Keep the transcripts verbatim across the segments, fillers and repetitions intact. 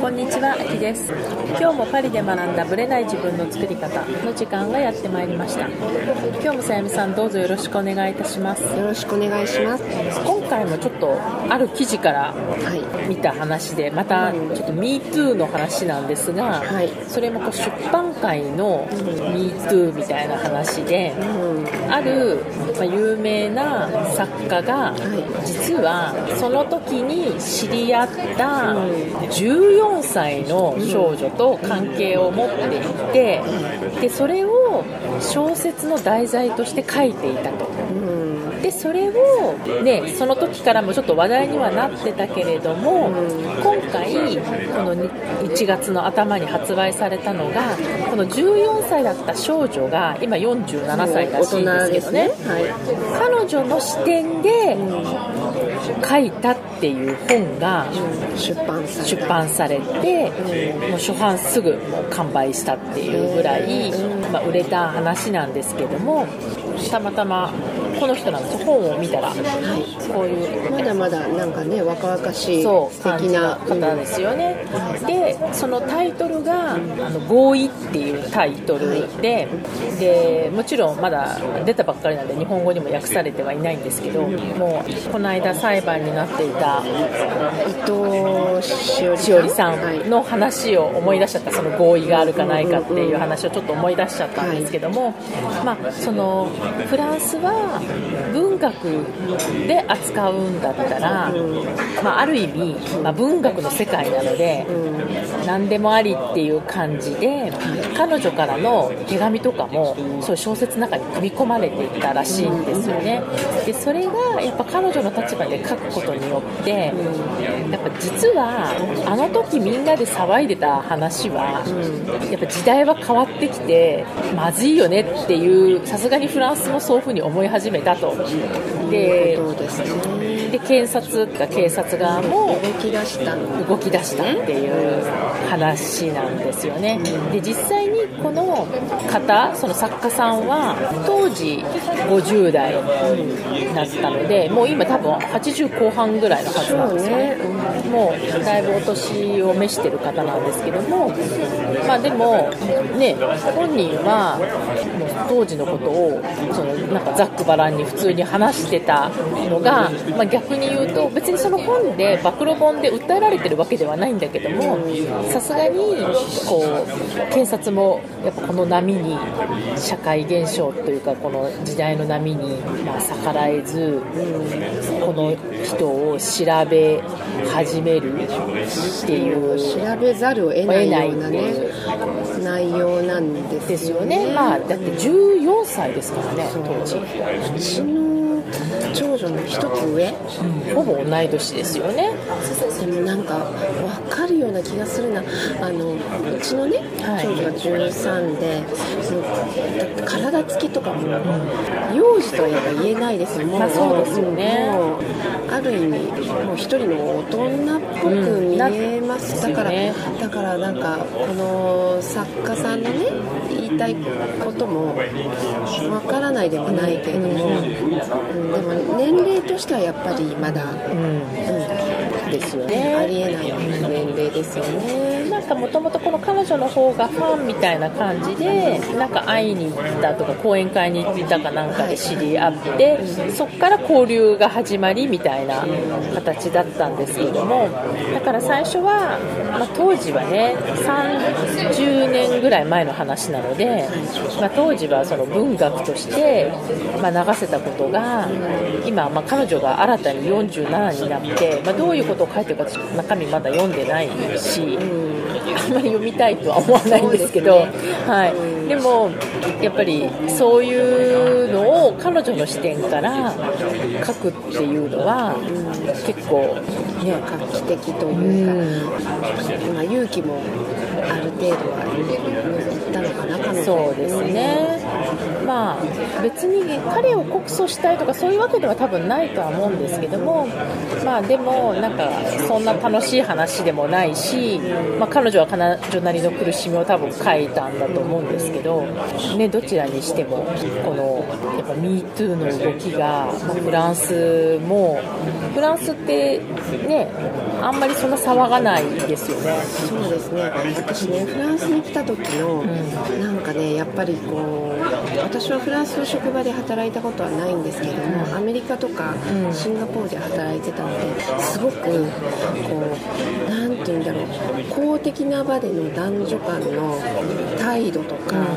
こんにちは、あきです。今日もパリで学んだブレない自分の作り方の時間がやってまいりました。今日もさやみさん、どうぞよろしくお願いいたします。 よろしくお願いします。 今回もちょっとある記事から見た話で、またちょっと ミートゥー の話なんですが、はい、それもこう出版界の ミートゥー みたいな話で、うん、ある、まあ、有名な作家が、はい、実はその時に知り合ったじゅうよんさいの少女と関係を持っていて、でそれを小説の題材として書いていたと。でそれを、ね、その時からもちょっと話題にはなってたけれども、今回このいちがつの頭に発売されたのが、このじゅうよんさいだった少女が今よんじゅうななさいらしいんですけどね、はい、彼女の視点で書いたっていう本が出版され出版されて、もう初版すぐもう完売したっていうぐらい、まあ、売れた話なんですけども、たまたまこの人なんですよ。本を見たら、はい、こういうまだまだなんかね若々しい素敵な方ですよね、うん、でそのタイトルが、うん、あの合意っていうタイトルで、はい、でもちろんまだ出たばっかりなんで日本語にも訳されてはいないんですけど、もうこの間裁判になっていた伊藤しおりさんの話を思い出しちゃった。その合意があるかないかっていう話をちょっと思い出しちゃったんですけども、はい、まあそのフランスは文学で扱うんだったら、まあ、ある意味、まあ、文学の世界なので何でもありっていう感じで、彼女からの手紙とかもそういう小説の中に組み込まれていたらしいんですよね。でそれがやっぱ彼女の立場で書くことによって、やっぱ実はあの時みんなで騒いでた話はやっぱ時代は変わってきてまずいよねっていう、さすがにフランスもそういうふうに思い始めたと。で、で検察か警察側も動き出した動き出したっていう話なんですよね。で実際にこの方、その作家さんは当時ごじゅうだいだったので、もう今多分はちじゅうこう半ぐらいのはずなんですよね。もうだいぶお年を召してる方なんですけども、まあでもね、本人はもう当時のことをそのなんかざっくばらんに普通に話してたのが、まあ、逆に言うと別にその本で暴露本で訴えられてるわけではないんだけども、さすがにこう検察もやっぱこの波に、社会現象というかこの時代の波にまあ逆らえず、この人を調べ始めるっていう、 調べざるを得ないような、ね、内容なんですよね。 まあ、だってじゅうよんさいですからね、当時。 うちの長女の一つ上、 うん、ほぼ同い年ですよね。 でもなんか分かるような気がするな。あのうちのね、はい、長女がじゅうさんで、体つきとかも、うん、幼児とはやっぱ言えないですよ。もう、 まあ、そうですよね。 もうある意味もう一人の大人っぽく見えます、うん、だから、ね、だからなんかこの作家さんのね言いたいこともわからないでもないけれども、うんうん、でも年齢としてはやっぱりまだ、うんうん、ですよね。ありえない年齢ですよね。 なんかもともとこの彼女の方がファンみたいな感じで、なんか会いに行ったとか講演会に行ったかなんかで知り合って、はい、そこから交流が始まりみたいな形だったんですけども、だから最初は、まあ、当時はねさんじゅうねんぐらい前の話なので、まあ、当時はその文学として、まあ、流せたことが今、まあ、彼女が新たによんじゅうななになって、まあ、どういうことを書いてるか中身まだ読んでないし、あんまり読みたいとは思わないんですけど、はい、でもやっぱりそういうのを彼女の視点から書くっていうのは結構、ね、 画期的というか、うん、まあ、勇気もある程度はいったのかな、彼女。 そうですね。まあ別に彼を告訴したいとかそういうわけでは多分ないとは思うんですけども、まあでもなんかそんな楽しい話でもないし、まあ、彼女は彼女なりの苦しみを多分書いたんだと思うんですけけど、ね、どちらにしてもこのやっぱ ミートゥー の動きが、まあ、フランスもフランスってねあんまりそんな騒がないですよね。 そうですね。私ねフランスに来た時の、うん、なんかねやっぱりこう私はフランスの職場で働いたことはないんですけども、うん、アメリカとかシンガポールで働いてたのですごくこうなんていうんだろう公的な場での男女間の態度とか、うん、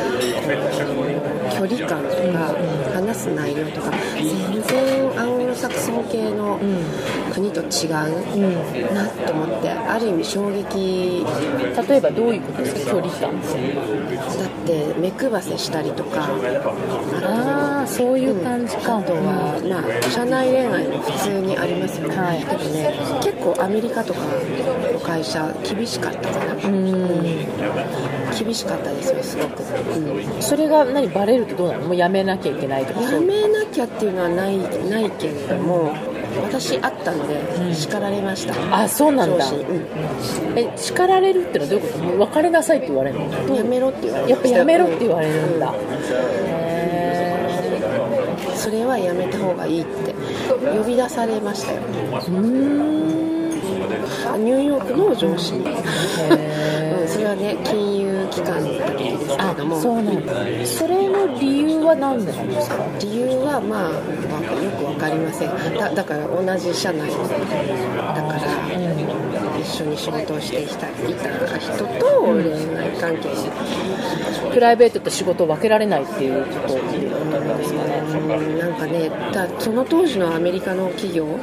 距離感とか、うん、話す内容とか全然アングロサクソン系の国と違うなと思って、ある意味衝撃。 例えばどういうことですか？距離感だって目配せしたりとか、 ああそういう感じか、 うん、あとは、まあ、社内恋愛も普通にありますよね、はい、けどね結構アメリカとかの会社厳しかったかな、うん、厳しかったですよすごく、 うん、それが何バレるとどうなの？もうやめなきゃいけないとか？ やめなきゃっていうのはない、ないけれども私あったので叱られました、 うん、あそうなんだ、うん、え叱られるってのはどういうこと？もう別れなさいって言われるの？ やめろって言われる。 やっぱやめろって言われるんだ、うん、 へーそれはやめた方がいいって呼び出されましたよ。うーんニューヨークの上司に、うん、それはね金融機関に行った時ですけれども。 あそうなんだ。それの理由は何なんですか？ 理由はまあよく分かりません。 だ, だから同じ社内だから、うん、一緒に仕事をしていた人と恋愛関係に、 うん、プライベートと仕事を分けられないっていうことなんですかね。 うんなんかねだその当時のアメリカの企業、うん、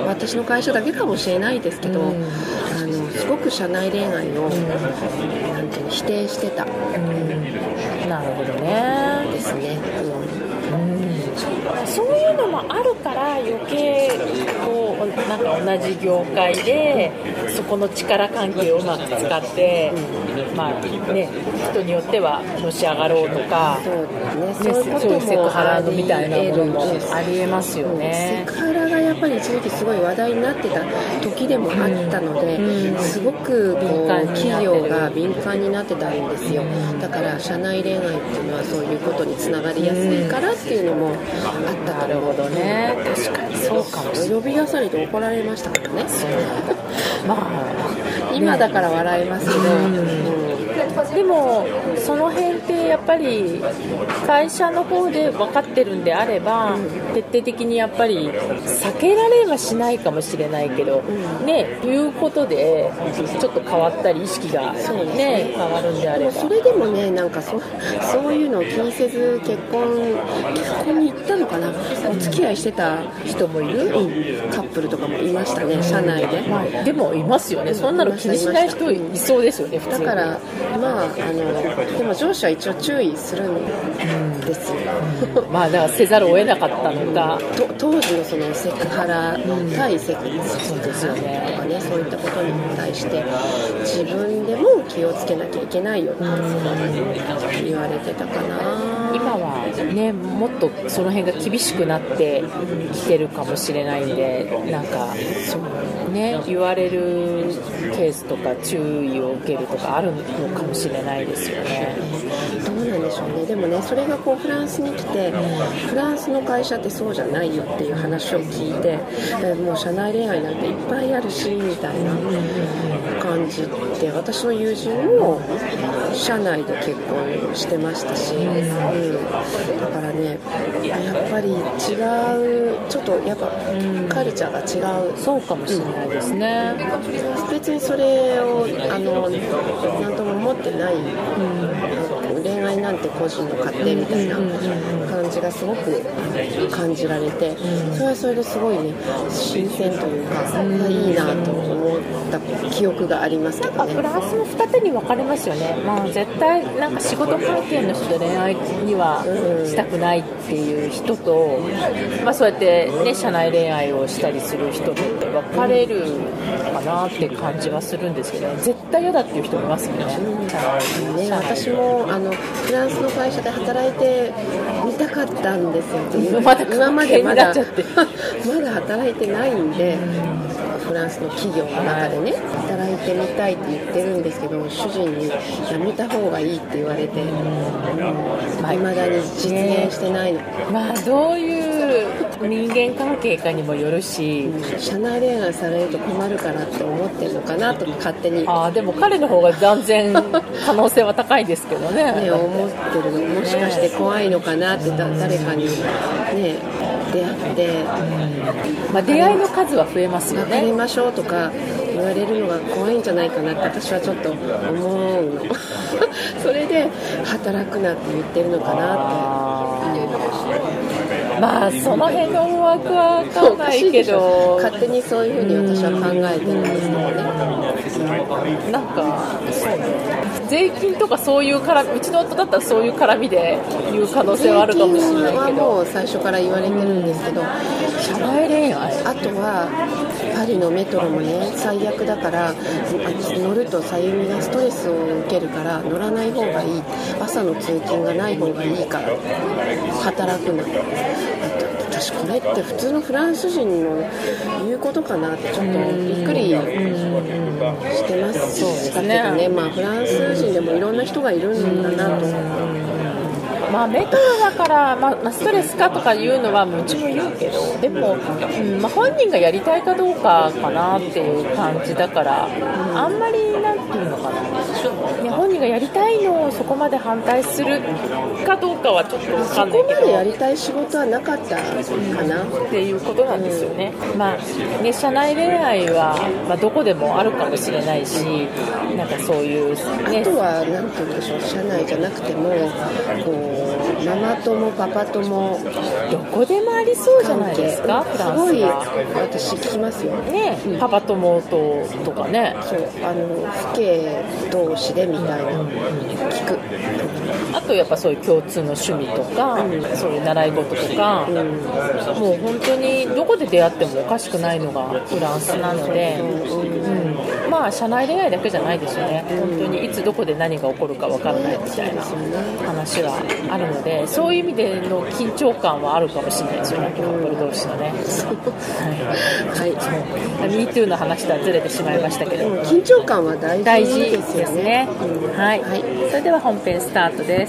私の会社だけかもしれないですけど、うん、あのすごく社内恋愛を、うん、なんていうの否定してた、うん、 なるほどねですね、 うんうん、そういうのもあるから余計こうなんか同じ業界でそこの力関係をうまく使って、うん、まあね人によってはのし上がろうとか、 そうですね、そういうこともセクハラのみたいなものもありえますよね。 セクハラがやっぱり一時期すごい話題になってた時でもあったので、うん、すごくこう企業が敏感になってたんですよ。だから社内恋愛っていうのはそういうことにつながりやすいからっていうのもあったと。 なるほどね。確かにそうかもしれない。 呼び出されて怒られましたからね。 まあ今だから笑えますけど、うんうん、でもその辺ってやっぱり会社の方で分かってるんであれば、うん、徹底的にやっぱり避けられはしないかもしれないけど、うん、ねいうことでちょっと変わったり意識が、ねね、変わるんであれば、 それでもねなんか そ, そういうのを気にせず結婚結婚に行ったのかな、お付き合いしてた人もいる、うん、カップルとかもいましたね、社内で、 まあ、でもいますよね、そんなの気にしない人いそうですよね、普通に。 だからまああのでも上司は一応注意するんですよ、 うん、まあだからせざるを得なかったのか、 と当時のそのセクハラ、うん、対セクハラとかね、そういったことに対して自分でも気をつけなきゃいけないよって言われてたかな。 今はねもっとその辺が厳しくなってきてるかもしれないんで、なんかそうね言われるケースとか注意を受けるとかあるのかもしれないですよね。 どうなんでしょうね。でもねそれがこうフランスに来て、うん、フランスの会社ってそうじゃないよっていう話を聞いて、もう社内恋愛なんていっぱいあるしみたいな感じで、私の友人も社内で結婚してましたし、うんうん、だからねやっぱり違う、ちょっとやっぱカルチャーが違う、 そうかもしれないですね、 うん、別にそれをあのなんとも思ってない、うん、恋愛なんて個人の勝手みたいな感じがすごく感じられて、それはそれですごいね新鮮というか、うん、いいなと思った記憶がありますけどね。 フランスも二手に分かれますよね、まあ、絶対なんか仕事関係の人と恋愛にはしたくないっていう人と、まあ、そうやって、ね、社内恋愛をしたりする人って分かれるかなって感じはするんですけど、絶対嫌だっていう人もいますよね、 うん、ね私もあのフランスの会社で働いてみたかったんですよ。 今まで今までまだまだ働いてないんで、 フランスの企業の中でね、はい、働いてみたいって言ってるんですけど、主人にやめた方がいいって言われて、いまあ、だに実現してないの、 ね、まあどういう人間関係かにもよるし、 社内恋愛されると困るかなって思ってるのかなと勝手に。 あでも彼の方が断然可能性は高いですけどねね、思ってるの、もしかして怖いのかなってだ誰かにね出会って、 うんまあ、出会いの数は増えますよね。 別れましょうとか言われるのが怖いんじゃないかなって私はちょっと思うのそれで働くなって言ってるのかなって。 まあその辺の思惑は分からないけど、 勝手にそういうふうに私は考えてるんですけどね。 なんかそうね、税金とかそういう絡み、うちの夫だったらそういう絡みで言う可能性はあるかもしれないけど、税金はもう最初から言われてるんですけど、 社内恋愛、 あとはパリのメトロもね最悪だから、乗るとさゆみがストレスを受けるから乗らない方がいい、朝の通勤がない方がいいから働くな。私これって普通のフランス人の言うことかなってちょっとびっくりしてますけどね。まあフランス人でもいろんな人がいるんだなと。 まあ、メトロだから、まあ、ストレスかとかいうのはうちも言うけど、でも、うんまあ、本人がやりたいかどうかかなっていう感じだから、あんまりなんていうのかな、ね、本人がやりたいのをそこまで反対するかどうかはちょっと分かんないけど、 そこまでやりたい仕事はなかったかな、うん、 っていうことなんですよね。うんまあ、ね社内恋愛は、まあ、どこでもあるかもしれないし、なんかそういう、ね、 あとはなんていうんでしょう、社内じゃなくてもこうママ友パパ友どこでもありそうじゃないですか、フランスは。すごい私聞きますよね、うん、パパ友ととかね、 そうあの父兄同士でみたいな、うん、聞く。 あとやっぱそういう共通の趣味とか、うん、そういう習い事とか、うん、もう本当にどこで出会ってもおかしくないのがフランスなので、うんうん、まあ社内恋愛だけじゃないですよね、うん、本当にいつどこで何が起こるか分からないみたいな話はあるので、そういう意味での緊張感はあるかもしれないですよね、カップル同士のね。はい、はい、ミートゥー の話とはずれてしまいましたけど、 緊張感は大事ですよね。 ね、うん、はい、はい、それでは本編スタートです。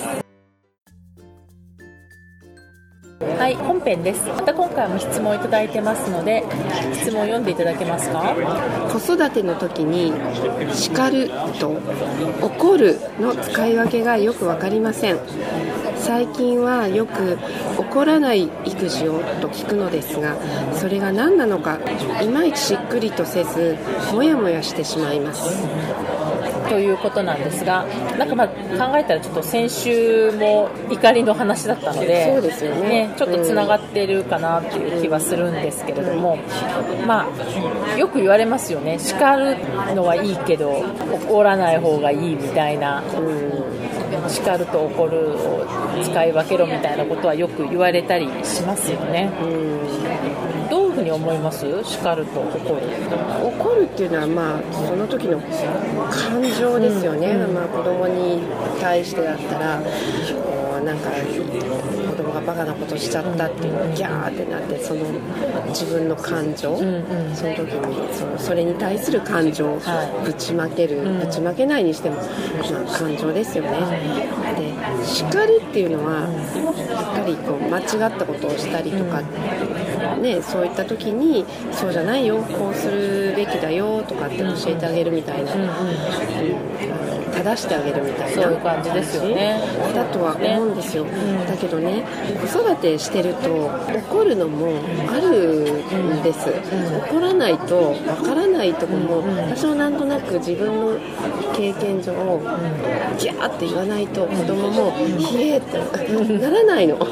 はい、本編です。また今回も質問をいただいてますので、質問を読んでいただけますか。 子育ての時に叱ると怒るの使い分けがよく分かりません。最近はよく怒らない育児をと聞くのですが、それが何なのかいまいちしっくりとせず、もやもやしてしまいますということなんですが、なんかまあ考えたらちょっと先週も怒りの話だったので、 そうですよね、 ね、ちょっとつながってるかなっていう気はするんですけれども、まあよく言われますよね、叱るのはいいけど怒らない方がいいみたいな、うん、叱ると怒るを使い分けろみたいなことはよく言われたりしますよね。うん、どういうふうに思います？叱ると怒る。 怒るっていうのはまあその時の感情ですよね。うんうん、まあ子供に対してだったらなんか子供がバカなことしちゃったっていうのをギャーってなって、その自分の感情、うんうん、その時に そ, のそれに対する感情をぶちまける、はい、ぶちまけないにしても、まあ、感情ですよね。で叱るっていうのはやっぱりこう間違ったことをしたりとか、ね、そういった時にそうじゃないよ、こうするべきだよとかって教えてあげるみたいな、うんうん、正してあげるみたいな、 そういう感じですよね。 だとは思うんですよ、ね、うん、だけどね、子育てしてると怒るのもあるんです、うんうん、怒らないとわからないとこも、うんうん、私もなんとなく自分の経験上、うん、ギャーって言わないと子供もひえーってならないの、うん、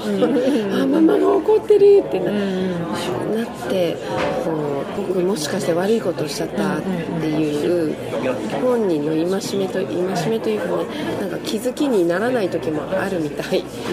あ、ママが怒ってるって な,、うん、なってこう僕もしかして悪いことをしちゃったっていう本人の戒めと戒しめというかね、なんか気づきにならない時もあるみたい、うん、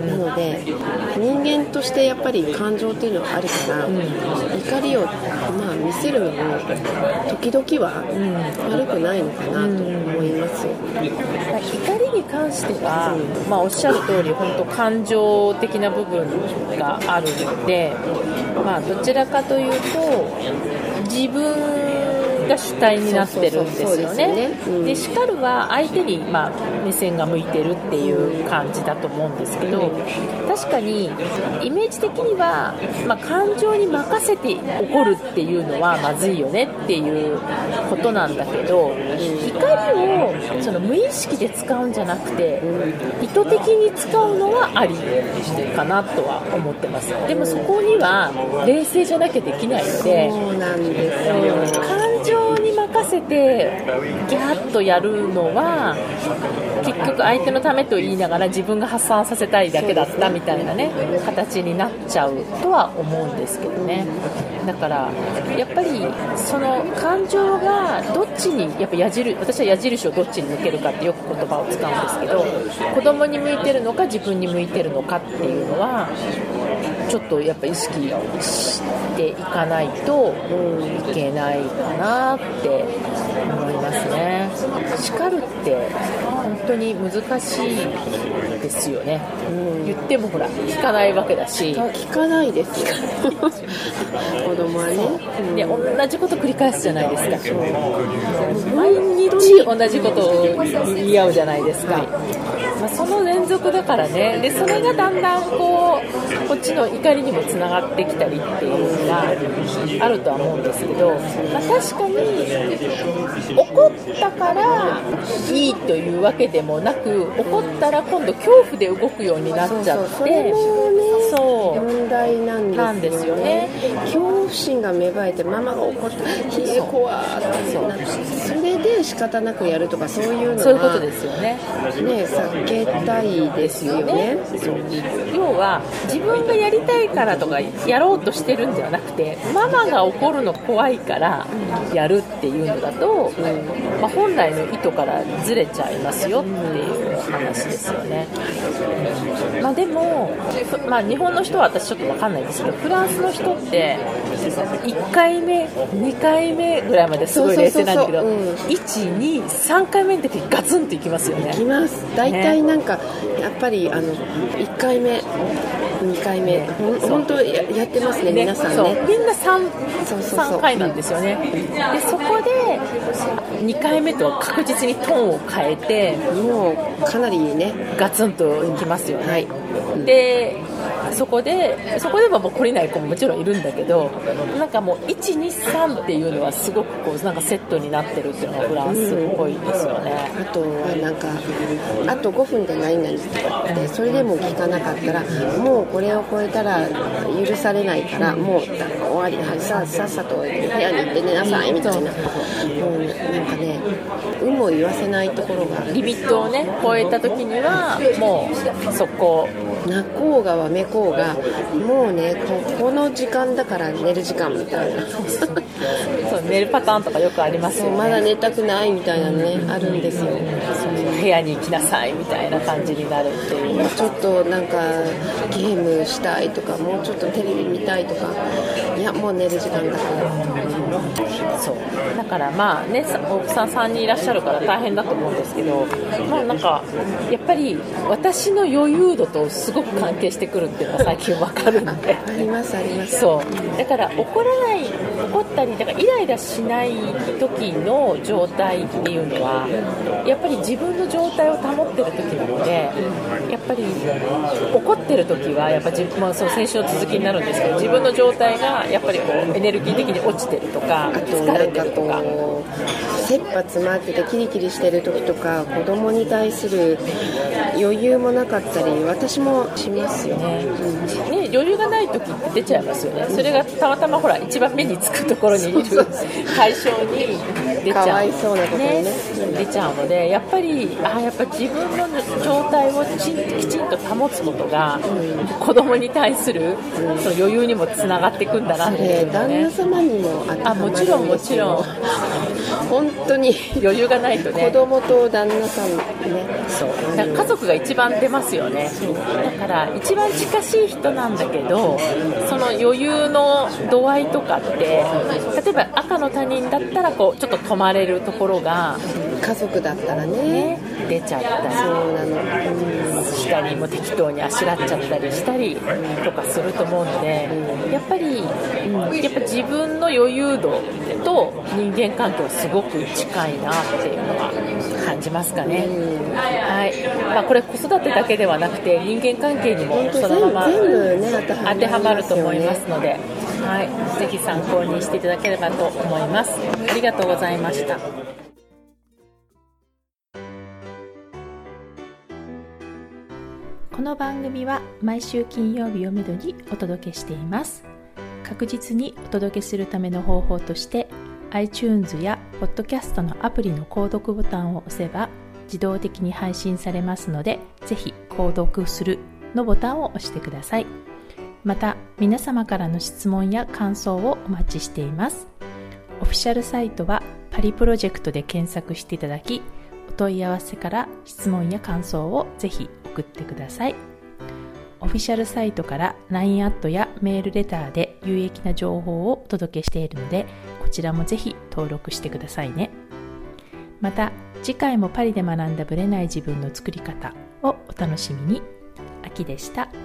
なので人間としてやっぱり感情っていうのはあるから、うん、怒りを、まあ、見せるのも時々は悪くないのかなと思います、うん、 怒りに関しては、うん、まあ、おっしゃる通り本当感情的な部分があるので、まあ、どちらかというと自分が主体になってるんですよね。で、叱るは相手に、まあ、目線が向いてるっていう感じだと思うんですけど、確かにイメージ的には、まあ、感情に任せて怒るっていうのはまずいよねっていうことなんだけど、怒りをその無意識で使うんじゃなくて意図的に使うのはありかなとは思ってます。でもそこには冷静じゃなきゃできないので、 そうなんですよ。 感情に任せてギャッとやるのは結局相手のためと言いながら自分が発散させたいだけだったみたいなね形になっちゃうとは思うんですけどね。だからやっぱりその感情がどっちにやっぱ矢印、私は矢印をどっちに向けるかってよく言葉を使うんですけど、子供に向いてるのか自分に向いてるのかっていうのはちょっとやっぱ意識していかないといけないかなって思いますね。叱るって本当に難しいですよね、うん、言ってもほら聞かないわけだし、 聞かないですよ子供はね、 うん、で同じこと繰り返すじゃないですか。そう毎日同じことを言い合うじゃないですか、はい、まあ、その連続だからね。でそれがだんだんこうこっちの怒りにもつながってきたりっていうのがあるとは思うんですけど、まあ、確かに怒ったからいいというわけでもなく、怒ったら今度恐怖で動くようになっちゃって、 それもね、 そう問題なんですよね。恐怖心が芽生えてママが怒って冷え怖ってなって、それで仕方なくやるとかそういうのはそういうことですよね。 ね、避けたいですよね。 そう要は自分がやりたいからとかやろうとしてるんではなくて、ママが怒るの怖いからやるっていうのだと、うん、まあ、本来の意図からずれちゃいますよっていう話ですよね。まあ、でも、まあ、日本の人は私ちょっと分かんないんですけど、フランスの人っていっかいめにかいめぐらいまですごい冷静なんだけど、そうそうそうそう、うん、いち、に、さんかいめの時ガツンといきますよね。 いきます。大体なんか、ね、やっぱりあのいっかいめにかいめ、ね、本当 や, やってますね、ね、皆さんね。 そうみんな 3, そうそうそうさんかいなんですよね。でそこでにかいめとは確実にトーンを変えて、 もうかなりねガツンといきますよね、はい、でそこでそこでも懲りない子ももちろんいるんだけど、なんかもういち、に、さんっていうのはすごくこうなんかセットになってるっていうのがフランスっぽいですよね、 うん、あとはなんかあとごふんで何々とかってそれでも聞かなかったらもうこれを超えたら許されないからもう終わり、はい、さ, さっさと部屋に行って寝なさいみたいな、もうなんかね有無を言わせないところがリミットをね超えた時にはもうそこ泣こうがわめこうがもうね こ, この時間だから寝る時間みたいなそう寝るパターンとかよくありますよね。 まだ寝たくないみたいなね、うん、あるんですよ。 そう部屋に行きなさいみたいな感じになるっていう。 もうちょっとなんかゲームしたいとかもうちょっとテレビ見たいとか、いやもう寝る時間だから、 うん、そうだからまあね奥さんさんにんいらっしゃるから大変だと思うんですけど、まあなんかやっぱり私の余裕度とすごく関係してくるっていうのは最近わかるんでありますあります。 そうだから怒らない怒ったりだからイライラしない時の状態っていうのはやっぱり自分の状態を保ってる時なので、やっぱり怒ってる時はやっぱ自分、まあ、そう先週の続きになるんですけど、自分の状態がやっぱりこうエネルギー的に落ちてるとか疲れてるとか、 切羽詰まっててキリキリしてる時とか子供に対する余裕もなかったり私もしますよね、 うん、ね余裕がない時って出ちゃいますよね。それがたまたまほら一番目につくところにいる対象に出ちゃう、 かわいそうなことにね、 ね、出ちゃうので、やっぱりあやっぱ自分の状態をきちんきちんと保つことが、うん、子供に対する、うん、その余裕にもつながっていくんだなっていうのね。 旦那様にも当てはまるんですよ。 あ、もちろんもちろん本当に余裕がないとね、 子供と旦那さんね、 そうだから家族が一番出ますよね。だから一番近しい人なんだけど、その余裕の度合いとかって、例えば赤の他人だったらこうちょっと止まれるところが、 家族だったら ね, ね出ちゃったり、 そうなの、 うん、したりも適当にあしらっちゃったりしたりとかすると思うので、やっぱり、うん、やっぱ自分の余裕度と人間関係はすごく近いなっていうのは感じますかね、うん、はい。まあ、これ子育てだけではなくて人間関係にもそのまま全部、ね、 当てはまると思いますので、はい、ぜひ参考にしていただければと思います。ありがとうございました。 この番組は毎週金曜日をめどにお届けしています。確実にお届けするための方法として iTunes や Podcast のアプリの購読ボタンを押せば自動的に配信されますので、ぜひ購読するのボタンを押してください。また皆様からの質問や感想をお待ちしています。オフィシャルサイトはパリプロジェクトで検索していただき、お問い合わせから質問や感想をぜひ送ってください。オフィシャルサイトから ライン アットやメールレターで有益な情報をお届けしているので、こちらもぜひ登録してくださいね。また次回もパリで学んだブレない自分の作り方をお楽しみに。あきでした。